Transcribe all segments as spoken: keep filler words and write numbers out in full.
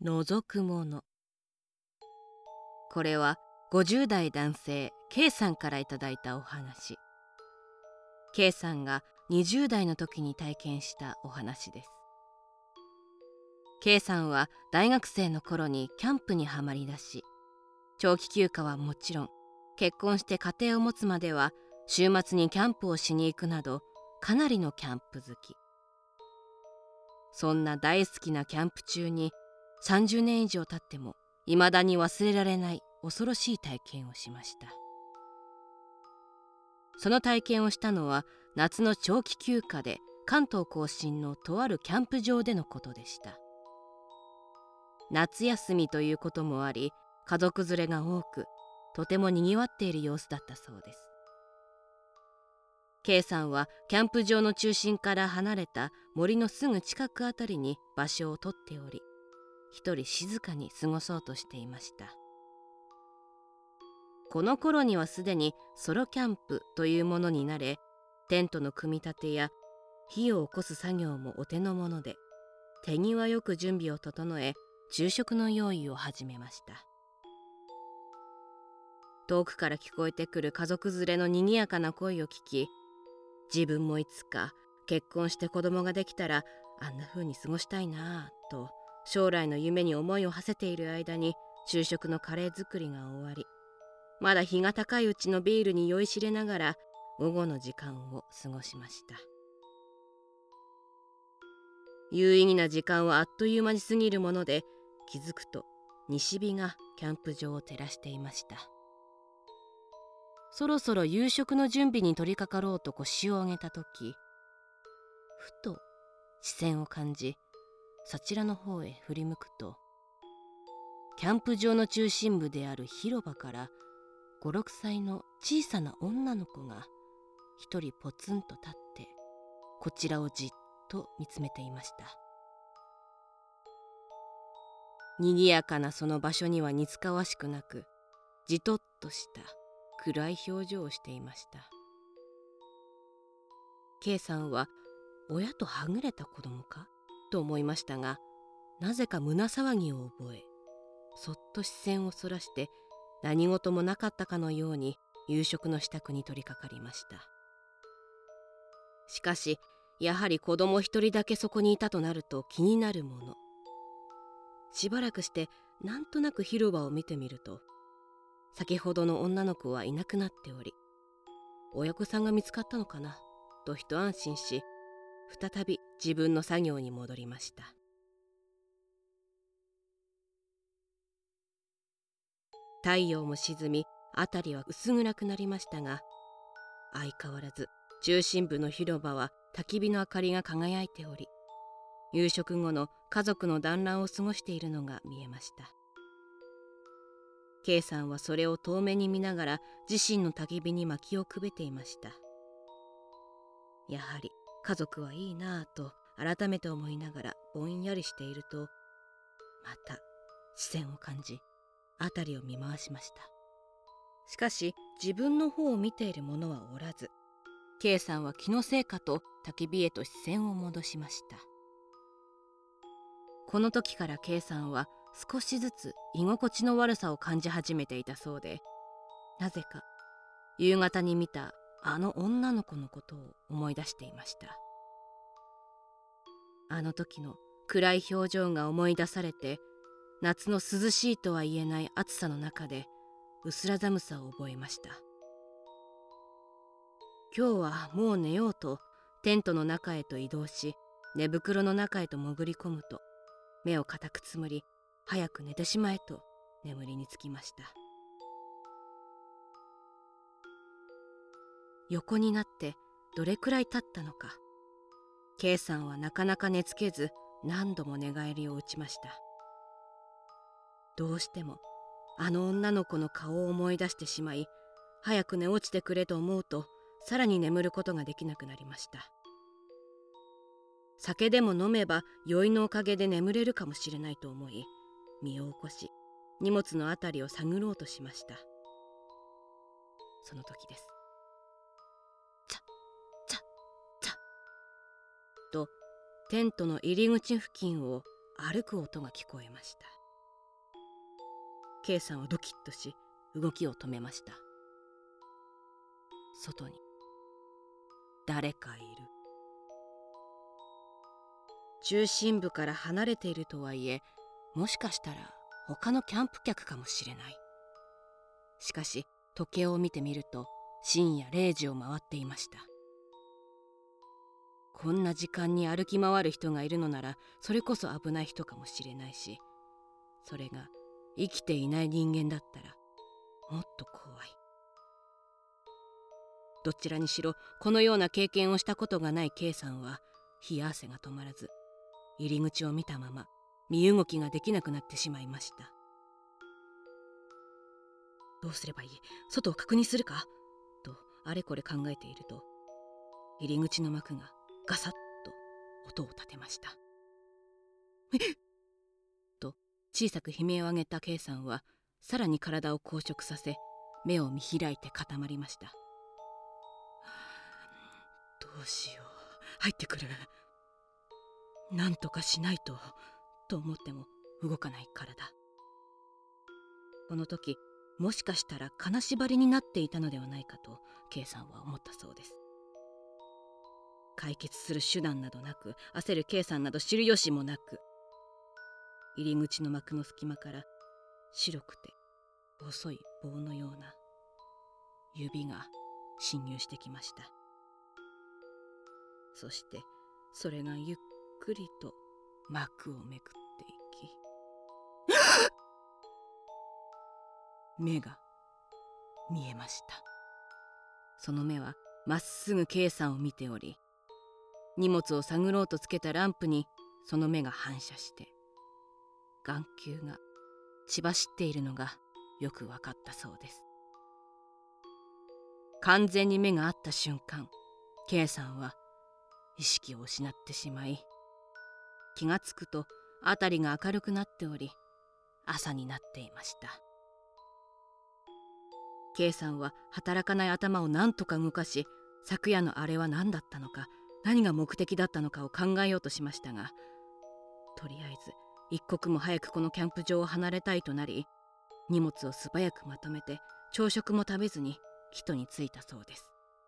覗くもの。これはごじゅう代男性 K さんからいただいたお話。 K さんがにじゅう代の時に体験したお話です。 K さんは大学生の頃にキャンプにはまりだし、長期休暇はもちろん、結婚して家庭を持つまでは週末にキャンプをしに行くなど、かなりのキャンプ好き。そんな大好きなキャンプ中にさんじゅうねん以上経っても未だに忘れられない恐ろしい体験をしました。その体験をしたのは夏の長期休暇で関東甲信のとあるキャンプ場でのことでした。夏休みということもあり、家族連れが多く、とてもにぎわっている様子だったそうです。 K さんはキャンプ場の中心から離れた森のすぐ近くあたりに場所を取っており、一人静かに過ごそうとしていました。この頃にはすでにソロキャンプというものに慣れ、テントの組み立てや火を起こす作業もお手の物で、手際よく準備を整え、昼食の用意を始めました。遠くから聞こえてくる家族連れのにぎやかな声を聞き、自分もいつか結婚して子供ができたらあんな風に過ごしたいなぁと将来の夢に思いを馳せている間に、昼食のカレー作りが終わり、まだ日が高いうちのビールに酔いしれながら午後の時間を過ごしました。有意義な時間はあっという間に過ぎるもので、気づくと西日がキャンプ場を照らしていました。そろそろ夕食の準備に取り掛かろうと腰を上げた時、ふと視線を感じ、そちらの方へ振り向くと、キャンプ場の中心部である広場からご、ろくさいの小さな女の子が一人ポツンと立ってこちらをじっと見つめていました。にぎやかなその場所には似つかわしくなく、じとっとした暗い表情をしていました。 K さんは親とはぐれた子供かと思いましたが、なぜか胸騒ぎを覚え、そっと視線をそらして何事もなかったかのように夕食の支度に取り掛かりました。しかしやはり子供一人だけそこにいたとなると気になるもの。しばらくしてなんとなく広場を見てみると、先ほどの女の子はいなくなっており、親子さんが見つかったのかなと一安心し、再び自分の作業に戻りました。太陽も沈み、辺りは薄暗くなりましたが、相変わらず中心部の広場は焚き火の明かりが輝いており、夕食後の家族の団らんを過ごしているのが見えました。 K さんはそれを遠目に見ながら自身の焚き火に薪をくべていました。やはり家族はいいなぁと改めて思いながらぼんやりしていると、また視線を感じ辺りを見回しました。しかし自分の方を見ている者はおらず、 K さんは気のせいかと焚き火へと視線を戻しました。この時から K さんは少しずつ居心地の悪さを感じ始めていたそうで、なぜか夕方に見たあの女の子のことを思い出していました。あの時の暗い表情が思い出されて、夏の涼しいとは言えない暑さの中で薄ら寒さを覚えました。今日はもう寝ようとテントの中へと移動し、寝袋の中へと潜り込むと、目を固くつむり早く寝てしまえと眠りにつきました。横になってどれくらい経ったのか、 K さんはなかなか寝つけず何度も寝返りを打ちました。どうしてもあの女の子の顔を思い出してしまい、早く寝落ちてくれと思うとさらに眠ることができなくなりました。酒でも飲めば酔いのおかげで眠れるかもしれないと思い、身を起こし荷物のあたりを探ろうとしました。その時です。チャッチャッチャッとテントの入り口付近を歩く音が聞こえました。K さんはドキッとし、動きを止めました。外に誰かいる。中心部から離れているとはいえ、もしかしたら他のキャンプ客かもしれない。しかし時計を見てみると深夜れいじを回っていました。こんな時間に歩き回る人がいるのなら、それこそ危ない人かもしれないし、それが生きていない人間だったらもっと怖い。どちらにしろこのような経験をしたことがない K さんは冷や汗が止まらず、入り口を見たまま身動きができなくなってしまいました。どうすればいい？外を確認するか？とあれこれ考えていると、入り口の幕がガサッと音を立てました。えっと小さく悲鳴を上げた K さんはさらに体を硬直させ、目を見開いて固まりました。どうしよう、入ってくる。なんとかしないとと思っても動かない体。この時もしかしたら金縛りになっていたのではないかと K さんは思ったそうです。解決する手段などなく、焦る K さんなど知る由もなく、入り口の幕の隙間から白くて細い棒のような指が侵入してきました。そしてそれがゆっくりと幕をめくっていき目が見えました。その目はまっすぐ K さんを見ており、荷物を探ろうとつけたランプにその目が反射して眼球が血走っているのがよく分かったそうです。完全に目が合った瞬間、 K さんは意識を失ってしまい、気がつくと辺りが明るくなっており、朝になっていました。 K さんは働かない頭を何とか動かし、昨夜のあれは何だったのか、何が目的だったのかを考えようとしましたが、とりあえず一刻も早くこのキャンプ場を離れたいとなり、荷物を素早くまとめて朝食も食べずに帰途に着いたそうです。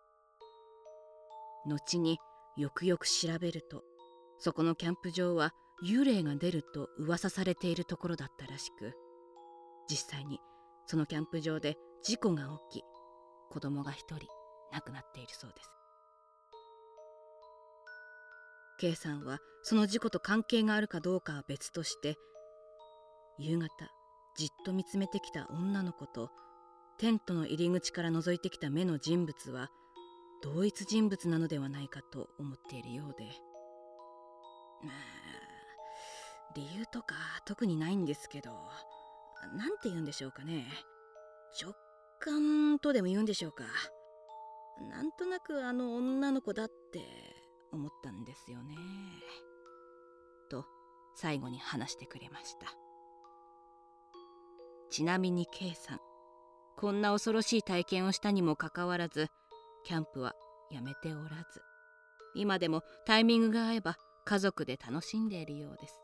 後によくよく調べると、そこのキャンプ場は幽霊が出ると噂されているところだったらしく、実際にそのキャンプ場で事故が起き、子供が一人亡くなっているそうです。 K さんはその事故と関係があるかどうかは別として、夕方じっと見つめてきた女の子とテントの入り口から覗いてきた目の人物は同一人物なのではないかと思っているようで、まあ理由とか特にないんですけど、なんて言うんでしょうかね、直感とでも言うんでしょうか。なんとなくあの女の子だって思ったんですよね、と最後に話してくれました。ちなみに K さん、こんな恐ろしい体験をしたにもかかわらず、キャンプはやめておらず、今でもタイミングが合えば家族で楽しんでいるようです。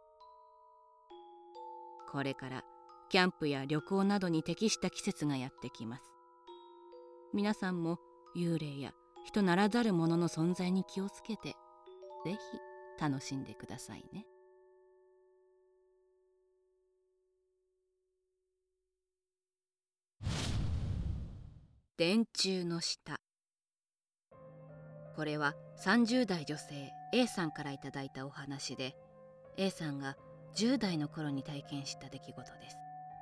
これからキャンプや旅行などに適した季節がやってきます。皆さんも幽霊や人ならざる者の存在に気をつけて、ぜひ楽しんでくださいね。電柱の下。これはさんじゅう代女性 A さんからいただいたお話で、 A さんがじゅう代の頃に体験した出来事です。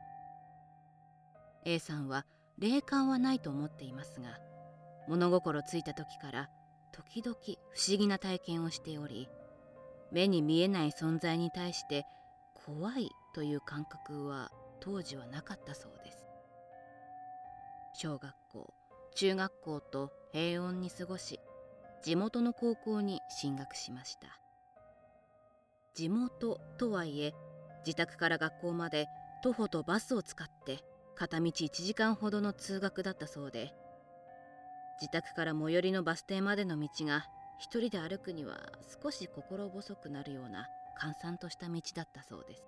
A さんは霊感はないと思っていますが、物心ついた時から時々不思議な体験をしており、目に見えない存在に対して怖いという感覚は当時はなかったそうです。小学校、中学校と平穏に過ごし、地元の高校に進学しました。地元とはいえ、自宅から学校まで徒歩とバスを使って片道いちじかんほどの通学だったそうで、自宅から最寄りのバス停までの道が一人で歩くには少し心細くなるような閑散とした道だったそうです。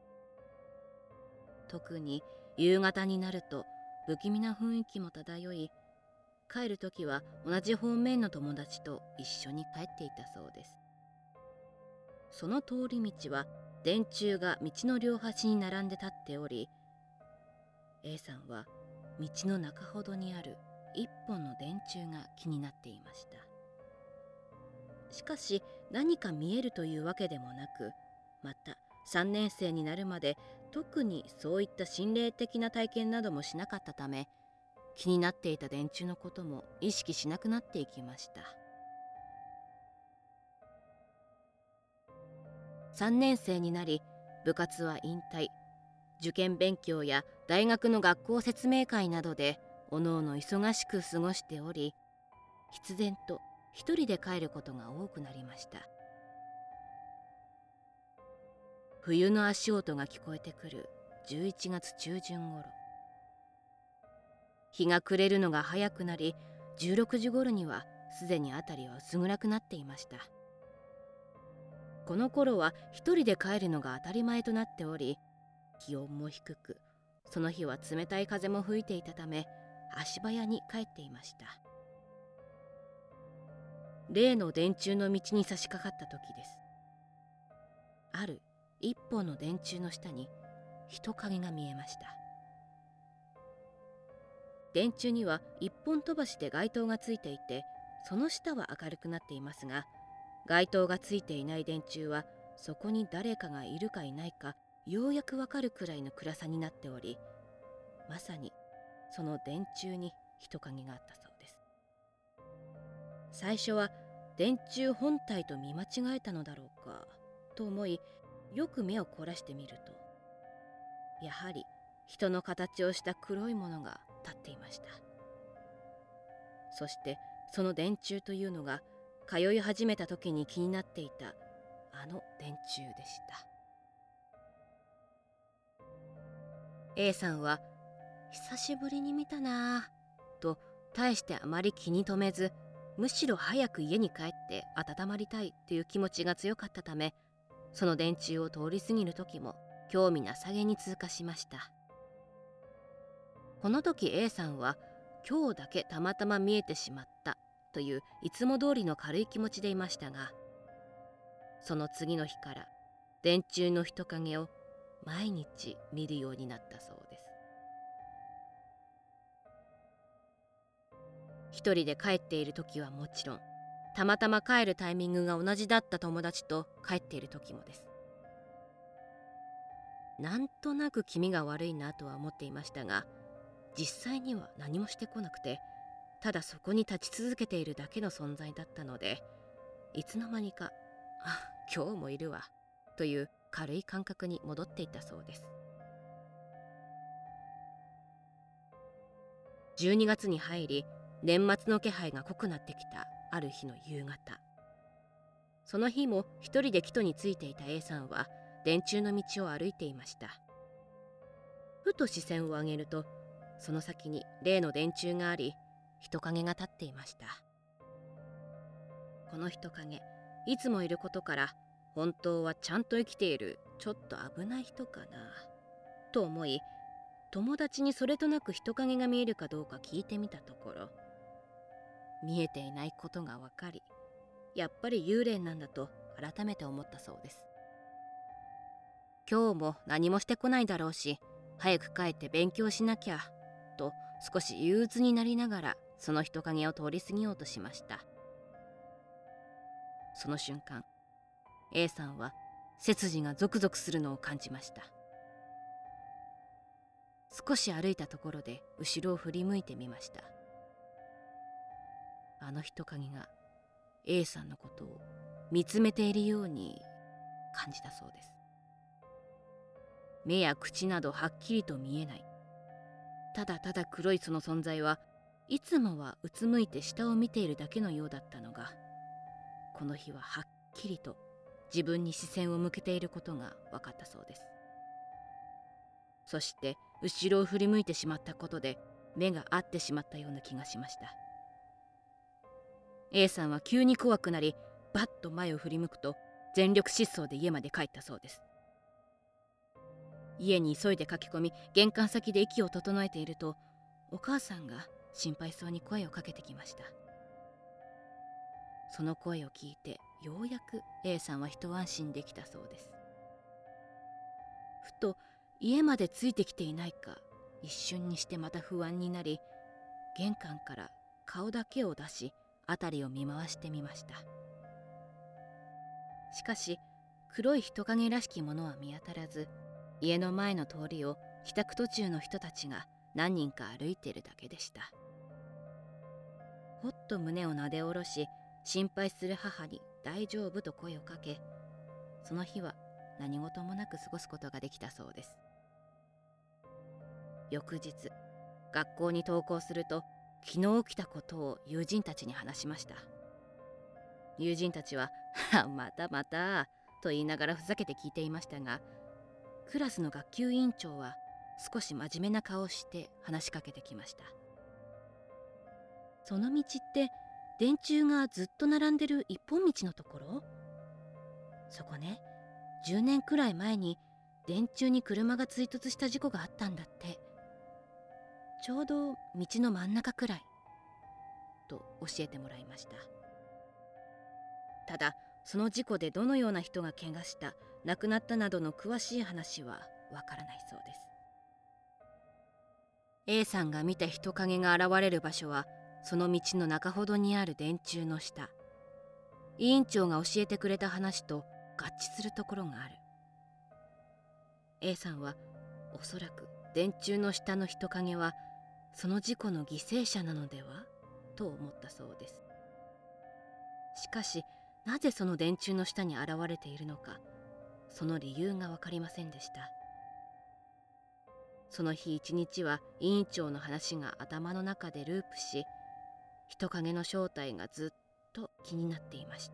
特に夕方になると不気味な雰囲気も漂い、帰るときは同じ方面の友達と一緒に帰っていたそうです。その通り道は電柱が道の両端に並んで立っており、A さんは道の中ほどにある一本の電柱が気になっていました。しかし何か見えるというわけでもなく、またさんねん生になるまで特にそういった心霊的な体験などもしなかったため、気になっていた電柱のことも意識しなくなっていきました。さんねん生になり、部活は引退、受験勉強や大学の学校説明会などでおのおの忙しく過ごしており、必然と一人で帰ることが多くなりました。冬の足音が聞こえてくるじゅういちがつ中旬ごろ、日が暮れるのが早くなり、じゅうろくじ頃にはすでに辺りは薄暗くなっていました。この頃は一人で帰るのが当たり前となっており、気温も低く、その日は冷たい風も吹いていたため、足早に帰っていました。例の電柱の道に差し掛かった時です。ある一本の電柱の下に人影が見えました。電柱には一本飛ばしで街灯がついていて、その下は明るくなっていますが、街灯がついていない電柱はそこに誰かがいるかいないかようやくわかるくらいの暗さになっており、まさにその電柱に人影があったそうです。最初は電柱本体と見間違えたのだろうかと思い、よく目を凝らしてみると、やはり人の形をした黒いものが立っていました。そしてその電柱というのが、通い始めた時に気になっていたあの電柱でした。 A さんは久しぶりに見たなぁと大してあまり気に留めず、むしろ早く家に帰って温まりたいという気持ちが強かったため、その電柱を通り過ぎる時も興味なさげに通過しました。この時 A さんは今日だけたまたま見えてしまったといういつも通りの軽い気持ちでいましたが、その次の日から電柱の人影を毎日見るようになったそうです。一人で帰っている時はもちろん、たまたま帰るタイミングが同じだった友達と帰っている時もです。なんとなく気味が悪いなとは思っていましたが、実際には何もしてこなくて、ただそこに立ち続けているだけの存在だったので、いつの間にか「あ、今日もいるわ」という軽い感覚に戻っていったそうです。じゅうにがつに入り、年末の気配が濃くなってきたある日の夕方、その日も一人で帰途についていた A さんは電柱の道を歩いていました。ふと視線を上げると、その先に例の電柱があり、人影が立っていました。この人影、いつもいることから、本当はちゃんと生きているちょっと危ない人かなと思い、友達にそれとなく人影が見えるかどうか聞いてみたところ、見えていないことが分かり、やっぱり幽霊なんだと改めて思ったそうです。今日も何もしてこないだろうし、早く帰って勉強しなきゃと少し憂鬱になりながら、その人影を通り過ぎようとしました。その瞬間、 A さんは背筋がゾクゾクするのを感じました。少し歩いたところで後ろを振り向いてみました。あの人影が A さんのことを見つめているように感じたそうです。目や口などはっきりと見えない、ただただ黒いその存在はいつもはうつむいて下を見ているだけのようだったのが、この日ははっきりと自分に視線を向けていることが分かったそうです。そして後ろを振り向いてしまったことで目が合ってしまったような気がしました。 A さんは急に怖くなり、バッと前を振り向くと、 全力疾走で家まで帰ったそうです。家に急いで駆け込み、玄関先で息を整えていると、お母さんが心配そうに声をかけてきました。その声を聞いてようやく A さんは一安心できたそうです。ふと家までついてきていないか一瞬にしてまた不安になり、玄関から顔だけを出し辺りを見回してみました。しかし黒い人影らしきものは見当たらず、家の前の通りを帰宅途中の人たちが何人か歩いているだけでした。ほっと胸をなで下ろし、心配する母に大丈夫と声をかけ、その日は何事もなく過ごすことができたそうです。翌日、学校に登校すると、昨日起きたことを友人たちに話しました。友人たちは「はまたまた」と言いながらふざけて聞いていましたが、クラスの学級委員長は少し真面目な顔をして話しかけてきました。その道って電柱がずっと並んでる一本道のところ？そこね、じゅうねんくらい前に電柱に車が追突した事故があったんだって。ちょうど道の真ん中くらいと教えてもらいました。ただその事故でどのような人が怪我した、亡くなったなどの詳しい話はわからないそうです。 A さんが見た人影が現れる場所はその道の中ほどにある電柱の下。委員長が教えてくれた話と合致するところがある。 A さんはおそらく電柱の下の人影はその事故の犠牲者なのではと思ったそうです。しかしなぜその電柱の下に現れているのか、その理由が分かりませんでした。その日一日は委員長の話が頭の中でループし、人影の正体がずっと気になっていました。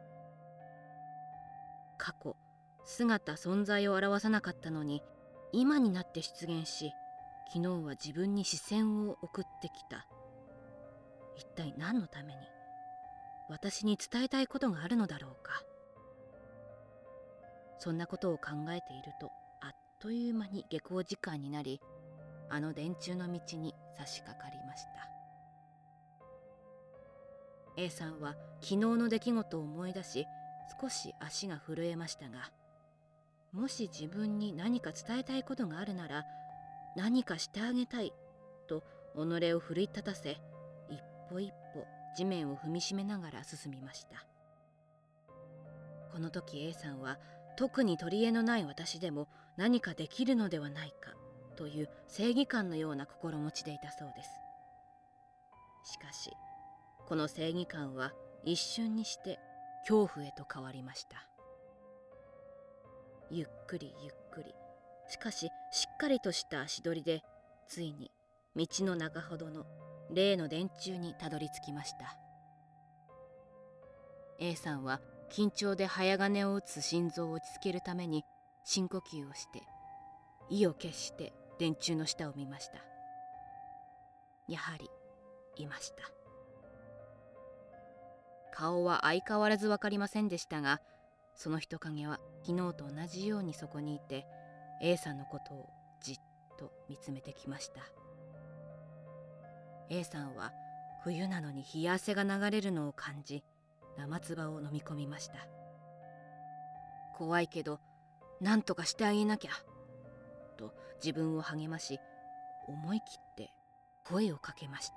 過去、姿存在を表さなかったのに今になって出現し、昨日は自分に視線を送ってきた。一体何のために、私に伝えたいことがあるのだろうか。そんなことを考えていると、あっという間に下校時間になり、あの電柱の道に差し掛かりました。 A さんは昨日の出来事を思い出し、少し足が震えましたが、もし自分に何か伝えたいことがあるなら何かしてあげたいと己を奮い立たせ、一歩一歩地面を踏みしめながら進みました。この時 A さんは、特に取り柄のない私でも何かできるのではないかという正義感のような心持ちでいたそうです。しかしこの正義感は一瞬にして恐怖へと変わりました。ゆっくりゆっくり、しかししっかりとした足取りで、ついに道の中ほどの例の電柱にたどり着きました。 A さんは緊張で早金を打つ心臓を落ち着けるために深呼吸をして意を決して電柱の下を見ました。やはりいました。顔は相変わらず分かりませんでしたが、その人影は昨日と同じようにそこにいて A さんのことをじっと見つめてきました。 A さんは冬なのに冷や汗が流れるのを感じ、生唾を飲み込みました。怖いけど何とかしてあげなきゃと自分を励まし、思い切って声をかけました。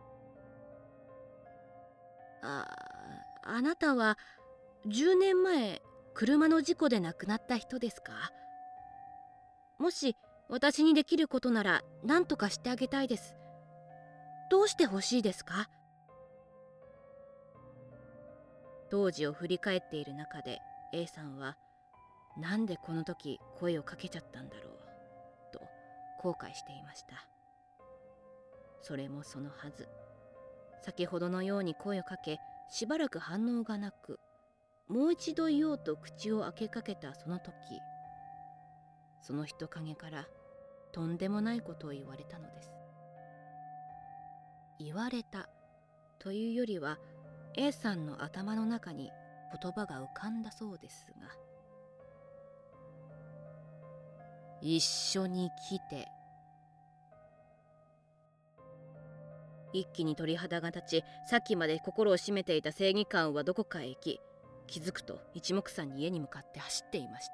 あ、あなたはじゅうねんまえ車の事故で亡くなった人ですか？もし私にできることなら何とかしてあげたいです。どうしてほしいですか？当時を振り返っている中で A さんは、なんでこの時声をかけちゃったんだろうと後悔していました。それもそのはず、先ほどのように声をかけしばらく反応がなく、もう一度言おうと口を開けかけたその時、その人影からとんでもないことを言われたのです。言われたというよりは A さんの頭の中に言葉が浮かんだそうですが、一緒に来て。一気に鳥肌が立ち、さっきまで心を占めていた正義感はどこかへ行き、気づくと一目散に家に向かって走っていました。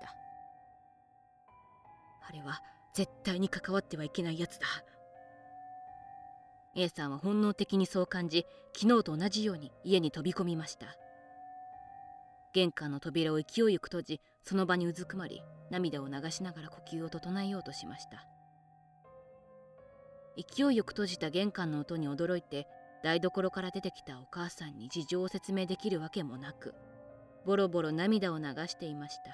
あれは絶対に関わってはいけないやつだ。A さんは本能的にそう感じ、昨日と同じように家に飛び込みました。玄関の扉を勢いよく閉じ、その場にうずくまり、涙を流しながら呼吸を整えようとしました。勢いよく閉じた玄関の音に驚いて、台所から出てきたお母さんに事情を説明できるわけもなく、ボロボロ涙を流していました。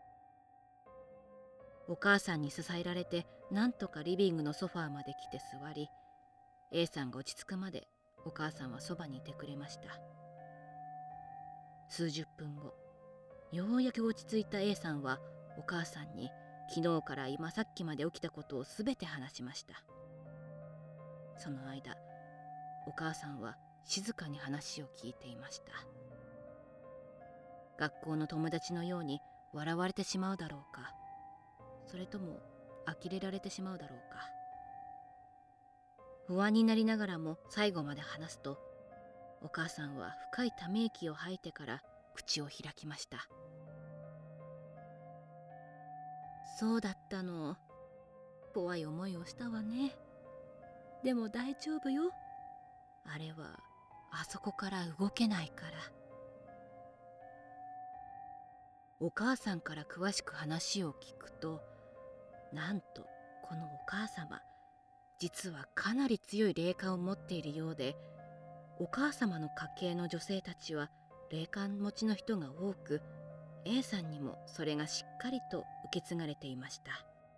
お母さんに支えられて、なんとかリビングのソファーまで来て座り、A さんが落ち着くまでお母さんはそばにいてくれました。数十分後、ようやく落ち着いた A さんはお母さんに昨日から今さっきまで起きたことをすべて話しました。その間、お母さんは静かに話を聞いていました。学校の友達のように笑われてしまうだろうか、それとも呆れられてしまうだろうか。不安になりながらも最後まで話すと、お母さんは深いため息を吐いてから口を開きました。そうだったの。怖い思いをしたわね。でも大丈夫よ。あれはあそこから動けないから。お母さんから詳しく話を聞くと、なんとこのお母様、実はかなり強い霊感を持っているようで、お母様の家系の女性たちは霊感持ちの人が多く、 A さんにもそれがしっかりと受け継がれていました。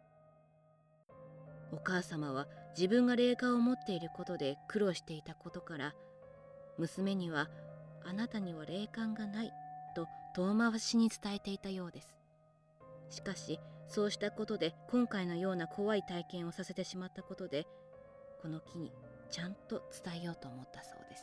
お母様は自分が霊感を持っていることで苦労していたことから、娘にはあなたには霊感がないと遠回しに伝えていたようです。しかしそうしたことで今回のような怖い体験をさせてしまったことで、この機にちゃんと伝えようと思ったそうです。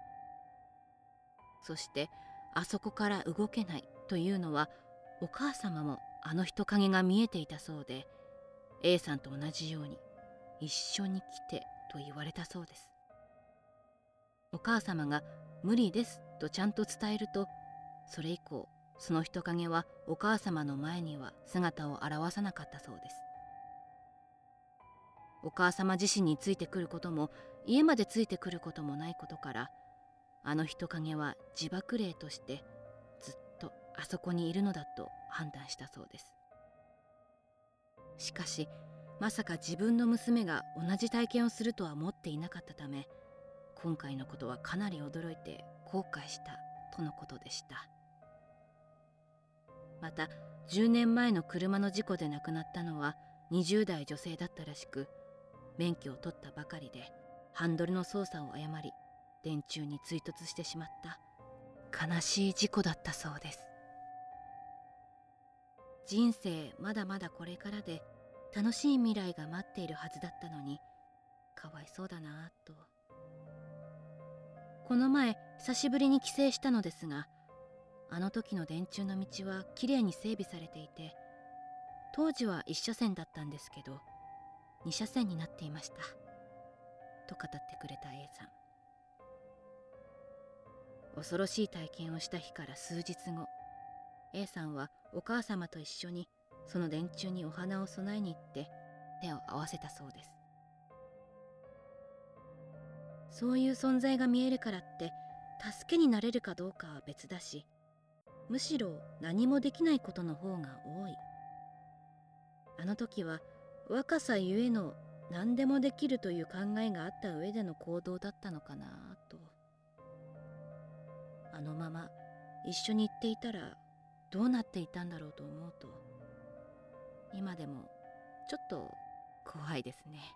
そしてあそこから動けないというのは、お母様もあの人影が見えていたそうで、 A さんと同じように一緒に来てと言われたそうです。お母様が無理ですとちゃんと伝えると、それ以降その人影はお母様の前には姿を現さなかったそうです。お母様自身についてくることも家までついてくることもないことから、あの人影は自爆霊としてずっとあそこにいるのだと判断したそうです。しかしまさか自分の娘が同じ体験をするとは思っていなかったため、今回のことはかなり驚いて後悔したとのことでした。またじゅうねんまえの車の事故で亡くなったのはにじゅう代女性だったらしく、免許を取ったばかりでハンドルの操作を誤り電柱に追突してしまった悲しい事故だったそうです。人生まだまだこれからで楽しい未来が待っているはずだったのに、かわいそうだなぁと。この前久しぶりに帰省したのですが、あの時の電柱の道はきれいに整備されていて、当時はいっ車線だったんですけどに車線になっていましたと語ってくれた A さん。恐ろしい体験をした日から数日後、 A さんはお母様と一緒にその電柱にお花を供えに行って手を合わせたそうです。そういう存在が見えるからって助けになれるかどうかは別だし、むしろ何もできないことの方が多い。あの時は若さゆえの何でもできるという考えがあった上での行動だったのかなと。あのまま一緒に行っていたらどうなっていたんだろうと思うと、今でもちょっと怖いですね。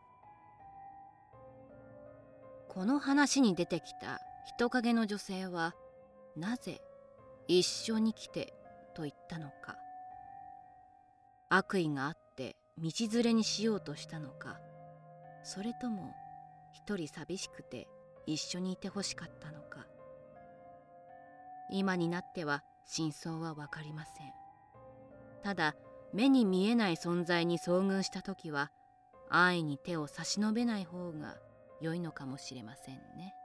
この話に出てきた人影の女性はなぜ一緒に来てと言ったのか、悪意があって道連れにしようとしたのか、それとも一人寂しくて一緒にいてほしかったのか。今になっては真相はわかりません。ただ目に見えない存在に遭遇した時は安易に手を差し伸べない方が良いのかもしれませんね。